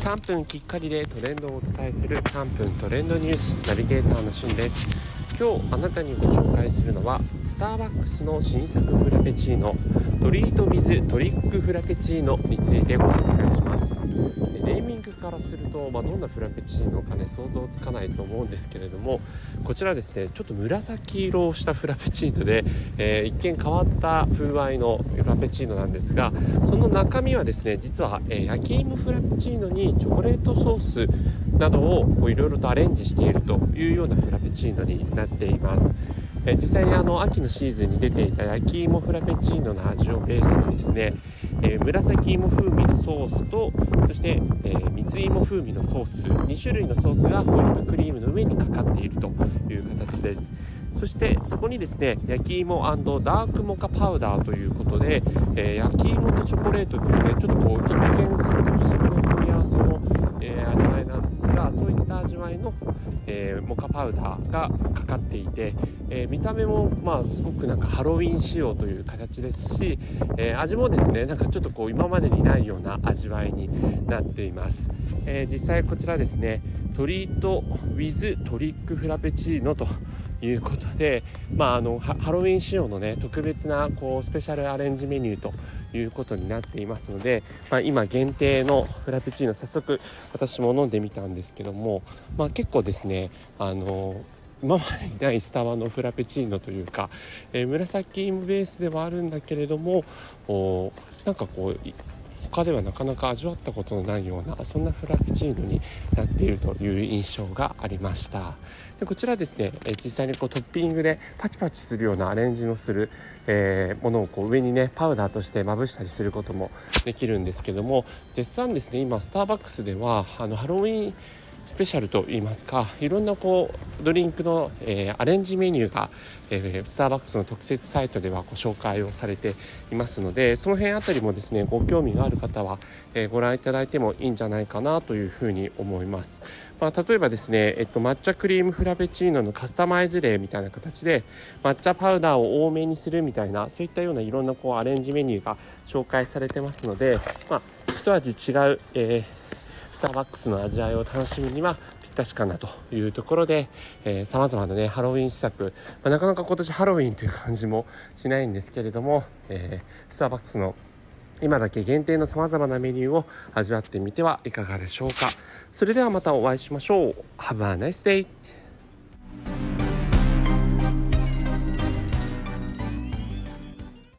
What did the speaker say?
3分きっかりでトレンドをお伝えする3分トレンドニュースナビゲーターのしゅんです。今日あなたにご紹介するのはスターバックスの新作フラペチーノトリートウィズトリックフラペチーノについてご紹介します。ネーミングからすると、どんなフラペチーノかね想像つかないと思うんですけれども、こちらですねちょっと紫色をしたフラペチーノで、一見変わった風合いのフラペチーノなんですが、その中身はですね実は、焼き芋フラペチーノにチョコレートソースなどをいろいろとアレンジしているというようなフラペチーノになっています。実際に秋のシーズンに出ていた焼き芋フラペチーノの味をベースにですね、紫芋風味のソースとそして、蜜芋風味のソース2種類のソースがホイップクリームの上にかかっているという形です。そしてそこにですね焼き芋&ダークモカパウダーということで、焼き芋とチョコレートというねちょっと一見すごく不思議な組み合わせの、味わいなんですが、そういった味わいの、モカパウダーがかかっていて、見た目もすごくハロウィン仕様という形ですし、味もですねちょっと今までにないような味わいになっています。実際こちらですねトリートウィズトリックフラペチーノということで、ハロウィン仕様のね特別なスペシャルアレンジメニューということになっていますので、今限定のフラペチーノ早速私も飲んでみたんですけども、結構ですね今までにないスタバのフラペチーノというか、紫芋ベースではあるんだけれども他ではなかなか味わったことのないようなそんなフラペチーノになっているという印象がありました。でこちらですね実際にトッピングでパチパチするようなアレンジのする、ものを上にねパウダーとしてまぶしたりすることもできるんですけども、絶賛ですね今スターバックスではハロウィンスペシャルといいますか、いろんなドリンクの、アレンジメニューが、スターバックスの特設サイトではご紹介をされていますので、その辺あたりもですねご興味がある方は、ご覧いただいてもいいんじゃないかなというふうに思います。例えばですね、抹茶クリームフラペチーノのカスタマイズ例みたいな形で抹茶パウダーを多めにするみたいな、そういったようないろんなアレンジメニューが紹介されてますので、一味違う、スターバックスの味わいを楽しむにはぴったしかなというところで、様々なねハロウィン施策、なかなか今年ハロウィンという感じもしないんですけれども、スターバックスの今だけ限定の様々なメニューを味わってみてはいかがでしょうか。それではまたお会いしましょう。Have a nice day!